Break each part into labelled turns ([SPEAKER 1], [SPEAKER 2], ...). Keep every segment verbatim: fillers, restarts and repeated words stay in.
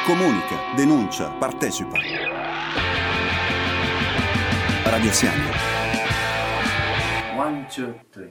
[SPEAKER 1] Comunica, denuncia, partecipa. Radio Siani.
[SPEAKER 2] One, two, three.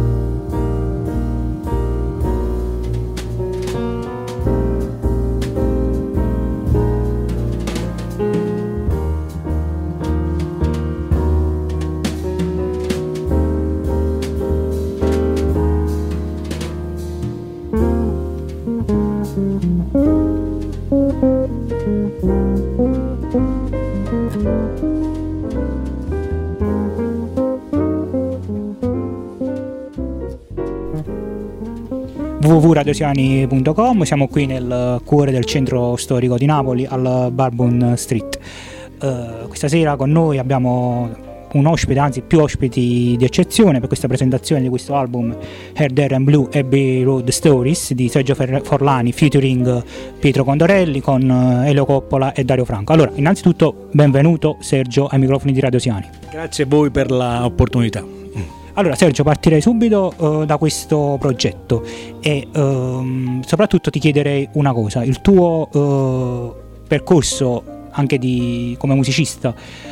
[SPEAKER 3] w w w punto radiosiani punto com. Siamo qui nel cuore del centro storico di Napoli, al Bourbon Street. Uh, questa sera con noi abbiamo un ospite, anzi più ospiti di eccezione per questa presentazione di questo album Here, There and Blue Abbey Road Stories di Sergio Forlani featuring Pietro Condorelli con Elio Coppola e Dario Franco. Allora, innanzitutto benvenuto Sergio ai microfoni di Radio Siani.
[SPEAKER 4] Grazie a voi per l'opportunità.
[SPEAKER 3] Allora Sergio, partirei subito uh, da questo progetto e um, soprattutto ti chiederei una cosa: il tuo uh, percorso anche di, come musicista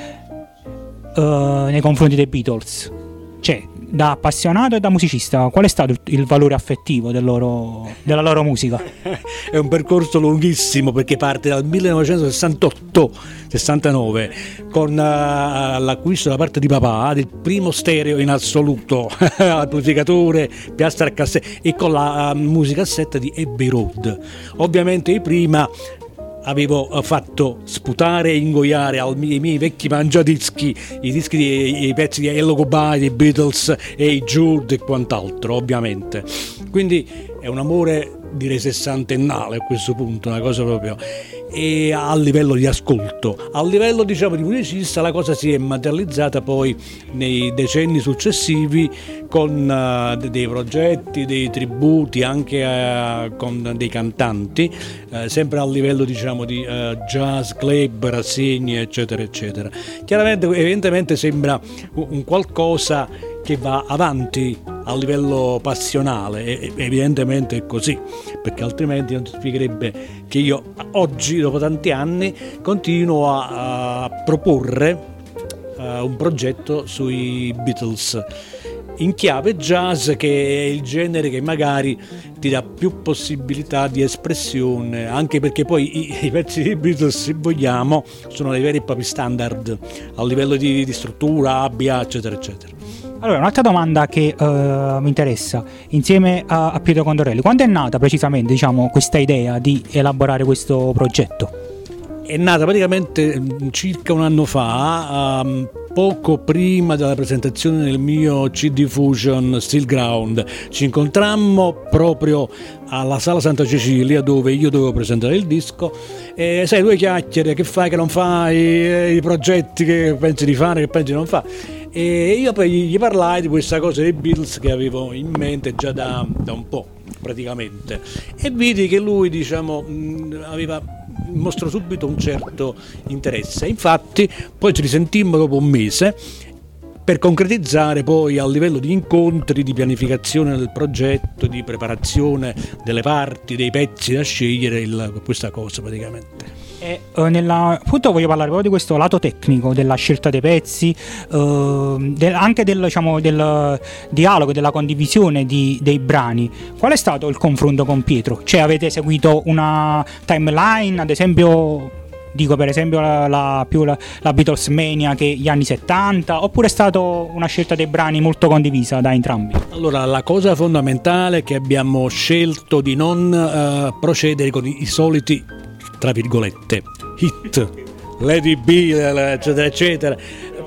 [SPEAKER 3] uh, nei confronti dei Beatles, cioè da appassionato e da musicista, qual è stato il, il valore affettivo del loro, della loro musica?
[SPEAKER 4] È un percorso lunghissimo perché parte dal millenovecentosessantotto sessantanove con uh, l'acquisto da parte di papà del primo stereo in assoluto, amplificatore, piastra a cassetta, e con la uh, musicassetta di Abbey Road. Ovviamente prima avevo fatto sputare e ingoiare ai miei, miei vecchi mangiadischi i dischi di, i pezzi di Hello Goodbye, di Beatles e i Jude e quant'altro, ovviamente. Quindi è un amore direi sessantennale a questo punto, una cosa proprio. E a livello di ascolto, a livello diciamo di musicista, la cosa si è materializzata poi nei decenni successivi con uh, dei progetti, dei tributi anche uh, con dei cantanti, uh, sempre a livello diciamo di uh, jazz, club, rassegne eccetera eccetera. Chiaramente evidentemente sembra un qualcosa che va avanti a livello passionale, e evidentemente è così, perché altrimenti non si spiegherebbe che io oggi, dopo tanti anni, continuo a, a proporre uh, un progetto sui Beatles in chiave jazz, che è il genere che magari ti dà più possibilità di espressione, anche perché poi i, i pezzi di Beatles, se vogliamo, sono dei veri e propri standard a livello di, di struttura, abbia, eccetera eccetera.
[SPEAKER 3] Allora, un'altra domanda che uh, mi interessa, insieme a, a Pietro Condorelli, quando è nata precisamente, diciamo, questa idea di elaborare questo progetto?
[SPEAKER 4] È nata praticamente circa un anno fa, um, poco prima della presentazione del mio C D Fusion Steel Ground. Ci incontrammo proprio alla Sala Santa Cecilia, dove io dovevo presentare il disco, e sai, due chiacchiere, che fai, che non fai, i progetti che pensi di fare, che pensi di non fare. E io poi gli parlai di questa cosa dei Beatles che avevo in mente già da, da un po' praticamente, e vidi che lui diciamo mh, aveva mostrò subito un certo interesse. Infatti poi ci risentimmo dopo un mese per concretizzare poi a livello di incontri, di pianificazione del progetto, di preparazione delle parti, dei pezzi da scegliere, il, questa cosa praticamente.
[SPEAKER 3] E, uh, nella, appunto voglio parlare proprio di questo lato tecnico della scelta dei pezzi, uh, del, anche del, diciamo, del dialogo, della condivisione di, dei brani. Qual è stato il confronto con Pietro? Cioè, avete seguito una timeline, ad esempio, dico per esempio la, la, più la, la Beatles Mania che gli anni settanta, oppure è stata una scelta dei brani molto condivisa da entrambi?
[SPEAKER 4] Allora, la cosa fondamentale è che abbiamo scelto di non uh, procedere con i, i soliti, tra virgolette, hit, Lady B, eccetera eccetera,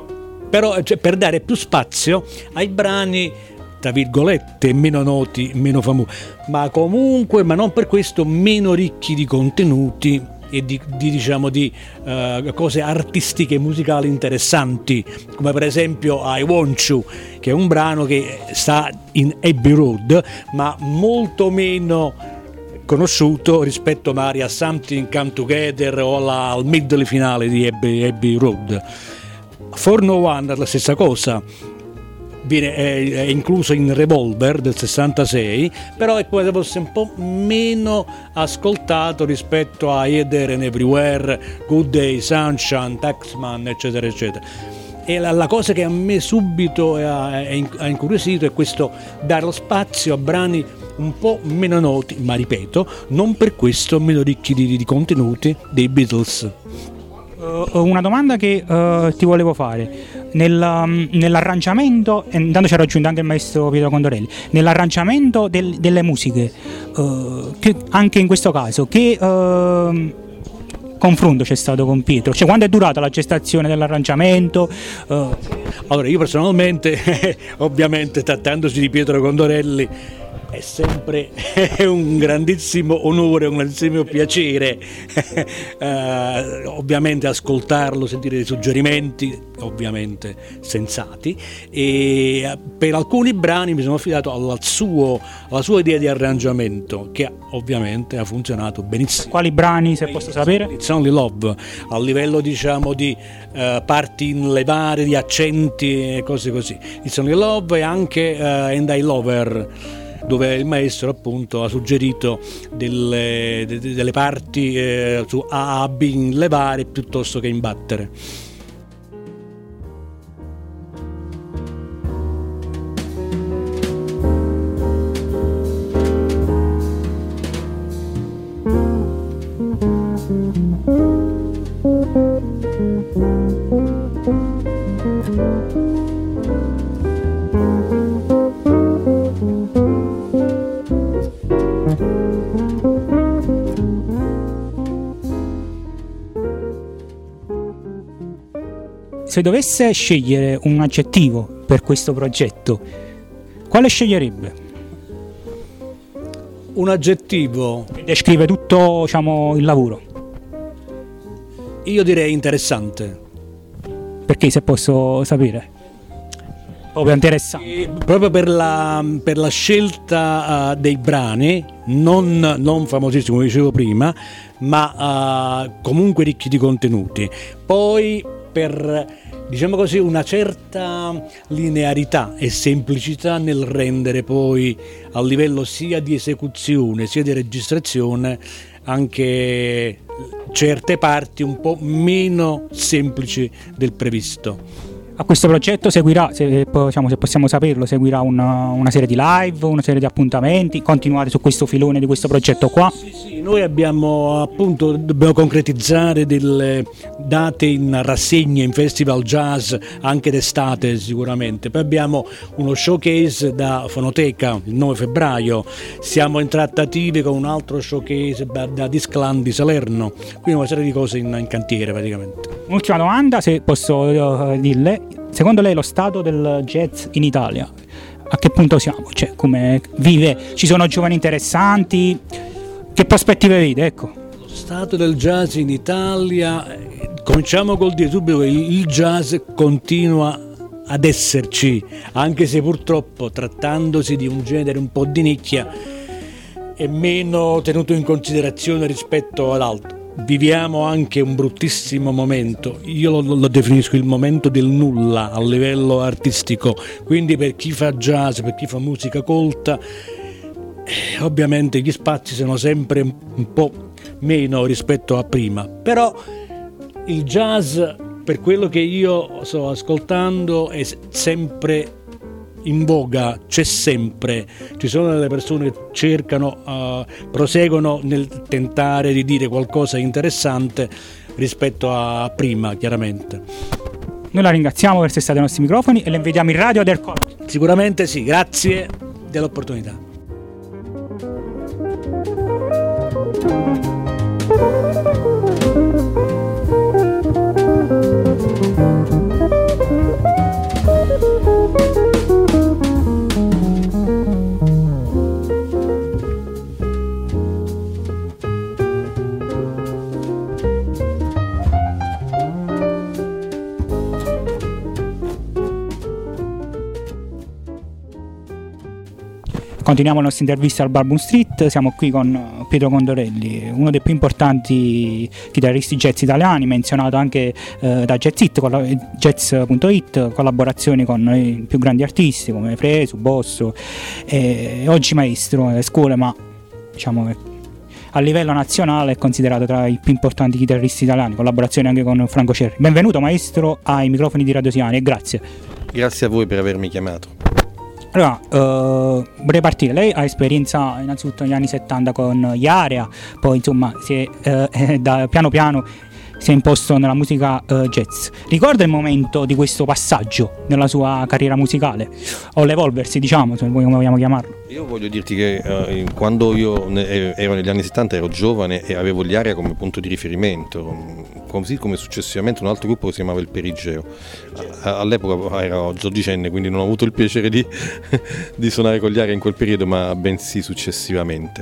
[SPEAKER 4] però cioè, per dare più spazio ai brani tra virgolette meno noti, meno famosi, ma comunque, ma non per questo meno ricchi di contenuti e di, di diciamo di uh, cose artistiche musicali interessanti, come per esempio I Want You, che è un brano che sta in Abbey Road ma molto meno conosciuto rispetto magari a Something Come Together o alla, al middle finale di Abbey, Abbey Road. For No One la stessa cosa, viene, è, è incluso in Revolver del sessantasei, però è come se fosse un po' meno ascoltato rispetto a Here, There and Everywhere, Good Day, Sunshine, Taxman, eccetera eccetera. E la, la cosa che a me subito ha, ha incuriosito è questo dare lo spazio a brani un po' meno noti, ma ripeto, non per questo meno ricchi di, di contenuti dei Beatles.
[SPEAKER 3] Uh, una domanda che uh, ti volevo fare. Nel, um, nell'arrangiamento, e intanto ci ha raggiunto anche il maestro Pietro Condorelli, nell'arrangiamento del, delle musiche, uh, che, anche in questo caso, che uh, confronto c'è stato con Pietro? Cioè, quando è durata la gestazione dell'arrangiamento? Uh...
[SPEAKER 4] Allora, io personalmente, ovviamente trattandosi di Pietro Condorelli, è sempre un grandissimo onore, un grandissimo piacere eh, ovviamente ascoltarlo, sentire dei suggerimenti ovviamente sensati, e per alcuni brani mi sono affidato al suo, alla sua idea di arrangiamento, che ovviamente ha funzionato benissimo.
[SPEAKER 3] Quali brani, se posso sapere?
[SPEAKER 4] It's Only Love, a livello diciamo di uh, parti in levare, di accenti e cose così. It's Only Love e anche uh, And I Love Her, dove il maestro appunto ha suggerito delle, delle parti eh, su A A B in levare piuttosto che in battere.
[SPEAKER 3] Se dovesse scegliere un aggettivo per questo progetto, quale sceglierebbe?
[SPEAKER 4] Un aggettivo
[SPEAKER 3] che descrive tutto, diciamo, il lavoro.
[SPEAKER 4] Io direi interessante.
[SPEAKER 3] Perché, se posso sapere? Proprio interessante.
[SPEAKER 4] E proprio per la, per la scelta uh, dei brani, non, non famosissimi come dicevo prima, ma uh, comunque ricchi di contenuti. Poi per, diciamo così, una certa linearità e semplicità nel rendere poi a livello sia di esecuzione sia di registrazione anche certe parti un po' meno semplici del previsto.
[SPEAKER 3] A questo progetto seguirà, se, diciamo, se possiamo saperlo, seguirà una, una serie di live, una serie di appuntamenti, continuare su questo filone di questo progetto qua?
[SPEAKER 4] Sì, sì, noi abbiamo appunto, dobbiamo concretizzare delle date in rassegne, in festival jazz, anche d'estate sicuramente. Poi abbiamo uno showcase da Fonoteca il nove febbraio, siamo in trattative con un altro showcase da, da Discland di Salerno, quindi una serie di cose in, in cantiere praticamente.
[SPEAKER 3] Un'ultima domanda, se posso uh, dirle. Secondo lei lo stato del jazz in Italia, a che punto siamo? Cioè, come vive? Ci sono giovani interessanti? Che prospettive vede? Ecco.
[SPEAKER 4] Lo stato del jazz in Italia, cominciamo col dire subito che il jazz continua ad esserci, anche se purtroppo, trattandosi di un genere un po' di nicchia, è meno tenuto in considerazione rispetto ad altro. Viviamo anche un bruttissimo momento, io lo, lo definisco il momento del nulla a livello artistico, quindi per chi fa jazz, per chi fa musica colta, eh, ovviamente gli spazi sono sempre un, un po' meno rispetto a prima, però il jazz, per quello che io sto ascoltando, è sempre in voga, c'è sempre, ci sono delle persone che cercano, uh, proseguono nel tentare di dire qualcosa di interessante rispetto a prima, chiaramente.
[SPEAKER 3] Noi la ringraziamo per essere stati ai nostri microfoni e la invitiamo in radio ad Ercole.
[SPEAKER 4] Sicuramente sì, grazie dell'opportunità.
[SPEAKER 3] Continuiamo la nostra intervista al Barbun Street, siamo qui con Pietro Condorelli, uno dei più importanti chitarristi jazz italiani, menzionato anche eh, da Jazz It, con la, jazz punto it, collaborazioni con i più grandi artisti come Fresu, Bosso, e oggi maestro alle scuole, ma diciamo a livello nazionale è considerato tra i più importanti chitarristi italiani, collaborazioni anche con Franco Cerri. Benvenuto maestro ai microfoni di Radio Siani e grazie. Grazie a voi per avermi chiamato. Allora, uh, vorrei partire. Lei ha esperienza innanzitutto negli anni settanta con gli Area, poi insomma si è, uh, da piano piano si è imposto nella musica uh, jazz. Ricorda il momento di questo passaggio nella sua carriera musicale, o l'evolversi, diciamo, se vogliamo chiamarlo?
[SPEAKER 2] Io voglio dirti che uh, quando io ne, ero negli anni settanta ero giovane e avevo gli Area come punto di riferimento, così come successivamente un altro gruppo che si chiamava il Perigeo. All'epoca ero dodicenne, quindi non ho avuto il piacere di, di suonare con gli Area in quel periodo, ma bensì successivamente.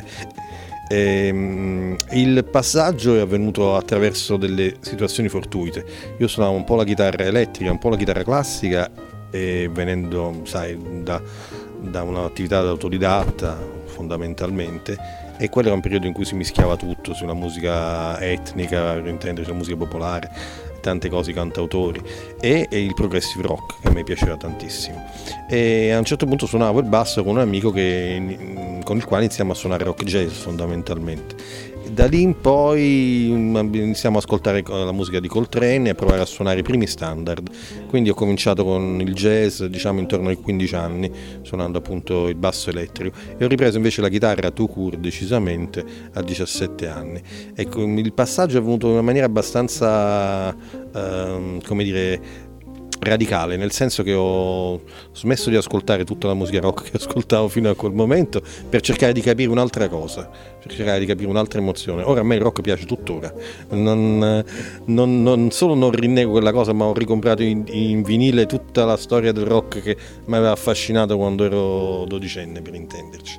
[SPEAKER 2] E, il passaggio è avvenuto attraverso delle situazioni fortuite. Io suonavo un po' la chitarra elettrica, un po' la chitarra classica, e venendo, sai, da, da un'attività da autodidatta fondamentalmente, e quello era un periodo in cui si mischiava tutto, sulla musica etnica, per intenderci, la musica popolare, tante cose, cantautori, e, e il progressive rock, che a me piaceva tantissimo. E a un certo punto suonavo il basso con un amico che, con il quale iniziamo a suonare rock jazz fondamentalmente. Da lì in poi iniziamo a ascoltare la musica di Coltrane e a provare a suonare i primi standard. Quindi ho cominciato con il jazz, diciamo intorno ai quindici anni, suonando appunto il basso elettrico, e ho ripreso invece la chitarra tout court decisamente a diciassette anni. Ecco, il passaggio è avvenuto in una maniera abbastanza, ehm, come dire, radicale, nel senso che ho smesso di ascoltare tutta la musica rock che ascoltavo fino a quel momento per cercare di capire un'altra cosa, per cercare di capire un'altra emozione. Ora a me il rock piace tuttora, non, non, non solo non rinnego quella cosa, ma ho ricomprato in, in vinile tutta la storia del rock che mi aveva affascinato quando ero dodicenne, per intenderci.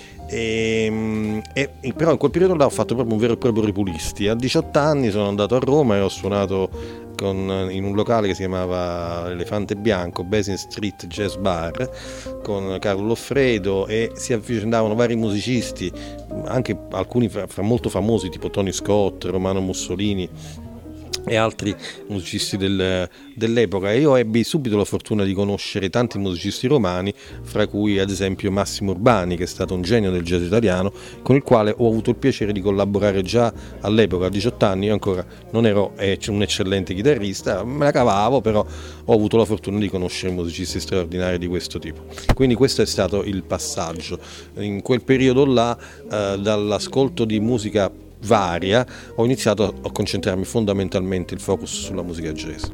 [SPEAKER 2] E, e, però in quel periodo là ho fatto proprio un vero e proprio Ripulisti. A diciotto anni sono andato a Roma e ho suonato con, in un locale che si chiamava Elefante Bianco, Basin Street Jazz Bar, con Carlo Loffredo, e si avvicendavano vari musicisti, anche alcuni fra, fra molto famosi tipo Tony Scott, Romano Mussolini e altri musicisti del, dell'epoca, e io ebbi subito la fortuna di conoscere tanti musicisti romani, fra cui ad esempio Massimo Urbani, che è stato un genio del jazz italiano, con il quale ho avuto il piacere di collaborare già all'epoca. A diciotto anni io ancora non ero un eccellente chitarrista, me la cavavo, però ho avuto la fortuna di conoscere musicisti straordinari di questo tipo. Quindi questo è stato il passaggio. In quel periodo là, eh, dall'ascolto di musica varia, ho iniziato a concentrarmi fondamentalmente il focus sulla musica jazz.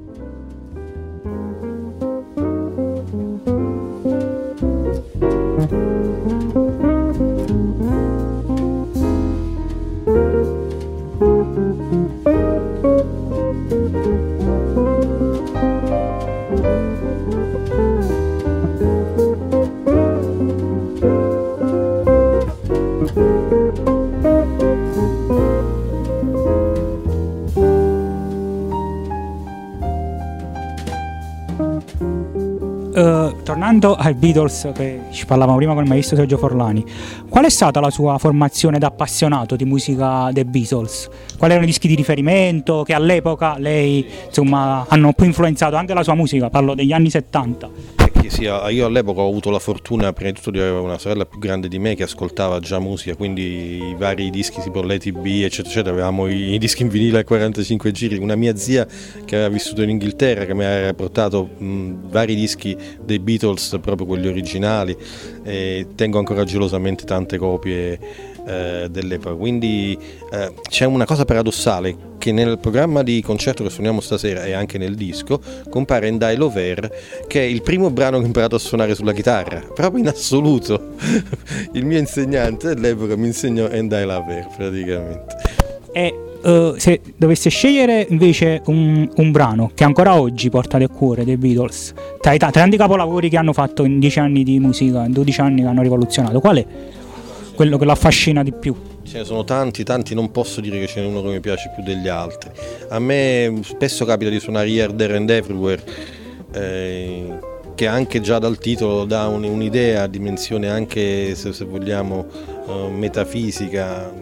[SPEAKER 3] Uh, tornando ai Beatles, che ci parlavamo prima con il maestro Sergio Forlani, qual è stata la sua formazione da appassionato di musica dei Beatles? Quali erano i dischi di riferimento che all'epoca lei, insomma, hanno più influenzato anche la sua musica? Parlo degli anni settanta.
[SPEAKER 2] Sì, io all'epoca ho avuto la fortuna prima di tutto di avere una sorella più grande di me che ascoltava già musica, quindi i vari dischi tipo l'E T B eccetera eccetera, avevamo i, i dischi in vinile a quarantacinque giri, una mia zia che aveva vissuto in Inghilterra che mi aveva portato mh, vari dischi dei Beatles, proprio quelli originali, e tengo ancora gelosamente tante copie eh, dell'epoca. Quindi eh, c'è una cosa paradossale, che nel programma di concerto che suoniamo stasera e anche nel disco compare And I Love Her, che è il primo brano che ho imparato a suonare sulla chitarra, proprio in assoluto. Il mio insegnante all'epoca mi insegnò And I Love Her praticamente.
[SPEAKER 3] E uh, se dovesse scegliere invece un, un brano che ancora oggi porta nel cuore dei Beatles, tra i t- tanti capolavori che hanno fatto in dieci anni di musica, in dodici anni che hanno rivoluzionato, qual è quello che lo affascina di più?
[SPEAKER 2] Ce ne sono tanti, tanti, non posso dire che ce n'è uno che mi piace più degli altri. A me spesso capita di suonare Here, There and Everywhere, eh, che anche già dal titolo dà un, un'idea, dimensione anche se, se vogliamo uh, metafisica,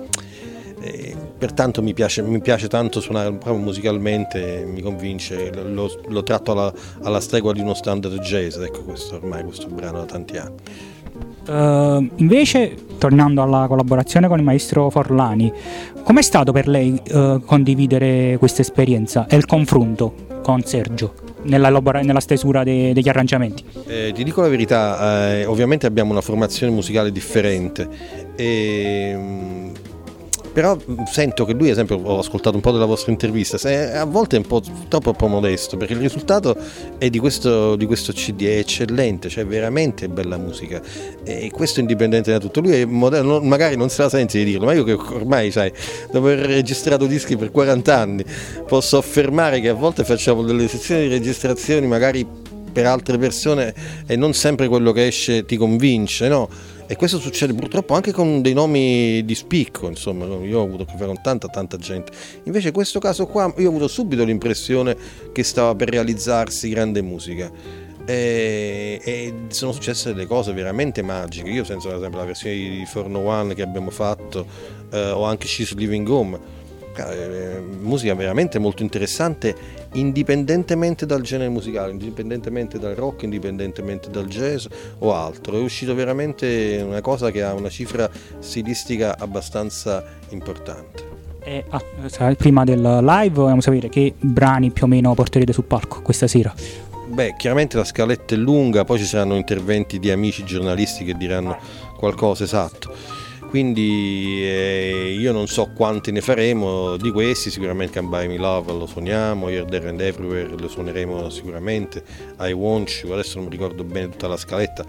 [SPEAKER 2] e pertanto mi piace, mi piace tanto suonare proprio musicalmente, mi convince, lo, lo tratto alla, alla stregua di uno standard jazz, ecco questo ormai questo brano da tanti anni.
[SPEAKER 3] Uh, invece, tornando alla collaborazione con il maestro Forlani, com'è stato per lei uh, condividere questa esperienza e il confronto con Sergio nella, nella stesura de, degli arrangiamenti?
[SPEAKER 2] Eh, ti dico la verità, eh, ovviamente abbiamo una formazione musicale differente, e, però sento che lui, ad esempio, ho ascoltato un po' della vostra intervista, a volte è un po' troppo, troppo modesto, perché il risultato è di questo, di questo C D è eccellente, cioè veramente bella musica, e questo indipendente da tutto. Lui è moderno, magari non se la sente di dirlo, ma io che ormai, sai, dopo aver registrato dischi per quaranta anni, posso affermare che a volte facciamo delle sezioni di registrazioni magari per altre persone e non sempre quello che esce ti convince, no? E questo succede purtroppo anche con dei nomi di spicco, insomma, io ho avuto a che fare con tanta tanta gente. Invece in questo caso qua io ho avuto subito l'impressione che stava per realizzarsi grande musica, e, e sono successe delle cose veramente magiche. Io penso ad esempio alla versione di four oh one che abbiamo fatto, eh, o anche She's Living Home, eh, musica veramente molto interessante, indipendentemente dal genere musicale, indipendentemente dal rock, indipendentemente dal jazz o altro. È uscito veramente una cosa che ha una cifra stilistica abbastanza importante.
[SPEAKER 3] E, ah, prima del live vogliamo sapere che brani più o meno porterete sul palco questa sera?
[SPEAKER 2] Beh, chiaramente la scaletta è lunga, poi ci saranno interventi di amici giornalisti che diranno qualcosa, esatto. Quindi eh, io non so quanti ne faremo di questi, sicuramente Can't Buy Me Love lo suoniamo, Here, There and Everywhere lo suoneremo sicuramente, I Want You, adesso non mi ricordo bene tutta la scaletta,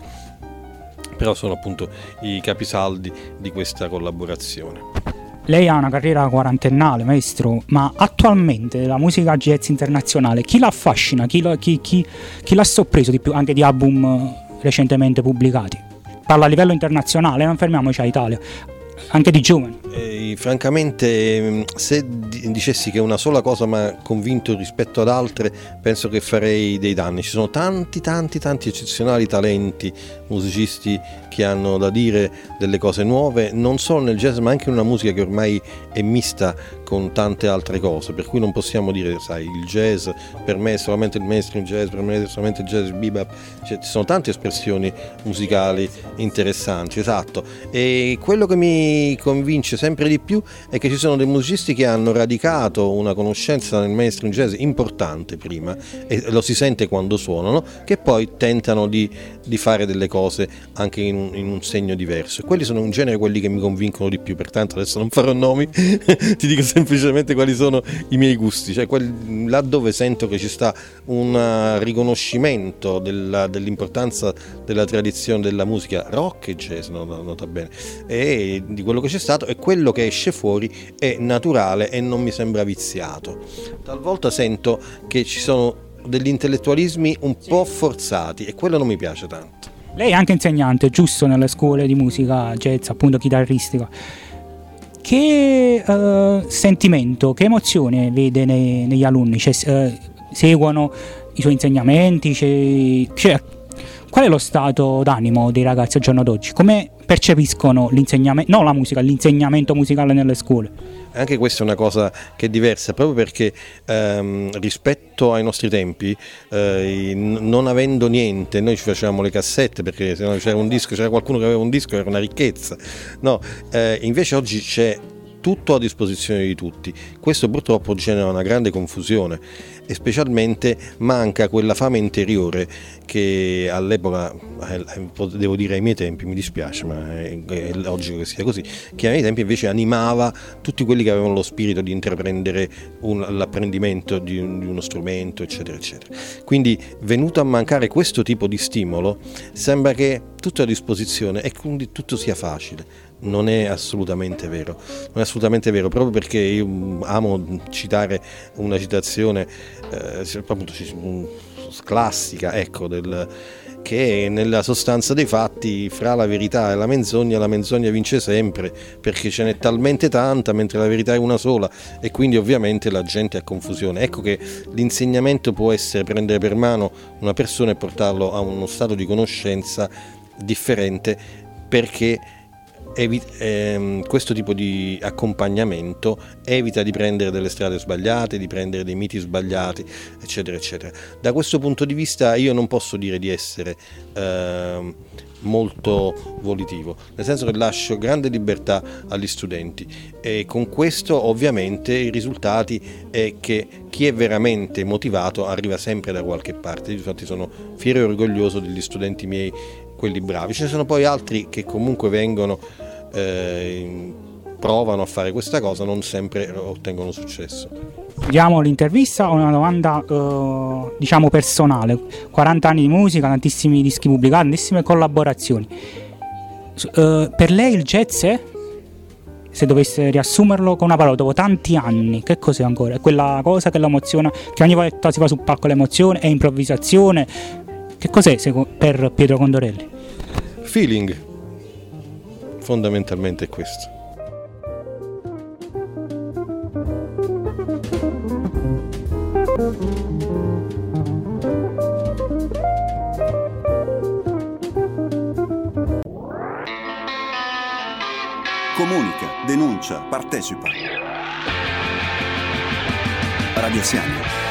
[SPEAKER 2] però sono appunto i capisaldi di questa collaborazione.
[SPEAKER 3] Lei ha una carriera quarantennale, maestro, ma attualmente la musica jazz internazionale chi la affascina, chi, la, chi, chi, chi l'ha sorpreso di più, anche di album recentemente pubblicati? Parlo a livello internazionale, non fermiamoci a Italia, anche di giovani.
[SPEAKER 2] Eh, francamente, se dicessi che una sola cosa mi ha convinto rispetto ad altre, penso che farei dei danni. Ci sono tanti, tanti, tanti eccezionali talenti, musicisti che hanno da dire delle cose nuove, non solo nel jazz, ma anche in una musica che ormai è mista con tante altre cose, per cui non possiamo dire, sai, il jazz per me è solamente il mainstream jazz, per me è solamente il jazz bebop, cioè, ci sono tante espressioni musicali interessanti, esatto. E quello che mi convince sempre di più è che ci sono dei musicisti che hanno radicato una conoscenza nel mainstream jazz importante prima, e lo si sente quando suonano, che poi tentano di, di fare delle cose anche in un, in un segno diverso, e quelli sono in genere quelli che mi convincono di più. Pertanto adesso non farò nomi, ti dico semplicemente quali sono i miei gusti, cioè quelli, là dove sento che ci sta un riconoscimento della, dell'importanza della tradizione della musica rock e jazz, nota bene, e di quello che c'è stato, e quello che esce fuori è naturale e non mi sembra viziato. Talvolta sento che ci sono degli intellettualismi un po' forzati e quello non mi piace tanto.
[SPEAKER 3] Lei è anche insegnante, giusto, nelle scuole di musica jazz, appunto chitarristica. Che uh, sentimento, che emozione vede nei, negli alunni? Cioè, uh, seguono i suoi insegnamenti? Cioè, cioè, qual è lo stato d'animo dei ragazzi al giorno d'oggi? Come percepiscono l'insegnamento, no la musica, l'insegnamento musicale nelle scuole?
[SPEAKER 2] Anche questa è una cosa che è diversa, proprio perché ehm, rispetto ai nostri tempi, eh, non avendo niente, noi ci facevamo le cassette, perché se no c'era un disco, c'era qualcuno che aveva un disco, era una ricchezza, no, eh, invece oggi c'è tutto a disposizione di tutti. Questo purtroppo genera una grande confusione e specialmente manca quella fame interiore che all'epoca, devo dire ai miei tempi, mi dispiace, ma è, è logico che sia così, che ai miei tempi invece animava tutti quelli che avevano lo spirito di intraprendere un, l'apprendimento di, un, di uno strumento, eccetera, eccetera. Quindi, venuto a mancare questo tipo di stimolo, sembra che tutto è a disposizione e quindi tutto sia facile. Non è assolutamente vero, non è assolutamente vero, proprio perché io amo citare una citazione eh, appunto, classica, ecco, del, che nella sostanza dei fatti fra la verità e la menzogna la menzogna vince sempre, perché ce n'è talmente tanta mentre la verità è una sola, e quindi ovviamente la gente ha confusione. Ecco che l'insegnamento può essere prendere per mano una persona e portarlo a uno stato di conoscenza differente, perché Evi- ehm, questo tipo di accompagnamento evita di prendere delle strade sbagliate, di prendere dei miti sbagliati, eccetera eccetera. Da questo punto di vista io non posso dire di essere ehm, molto volitivo, nel senso che lascio grande libertà agli studenti, e con questo ovviamente i risultati è che chi è veramente motivato arriva sempre da qualche parte. Infatti sono fiero e orgoglioso degli studenti miei, quelli bravi. Ce ne sono poi altri che comunque vengono, eh, provano a fare questa cosa, non sempre ottengono successo.
[SPEAKER 3] Diamo l'intervista o una domanda eh, diciamo personale? quaranta anni di musica, tantissimi dischi pubblicati, tantissime collaborazioni. Eh, per lei il jazz è, se dovesse riassumerlo con una parola, dopo tanti anni, che cos'è ancora? È quella cosa che lo emoziona, che ogni volta si va sul palco l'emozione, è improvvisazione? Che cos'è per Pietro Condorelli?
[SPEAKER 2] Feeling, fondamentalmente è questo.
[SPEAKER 1] Comunica, denuncia, partecipa. Radio Siani.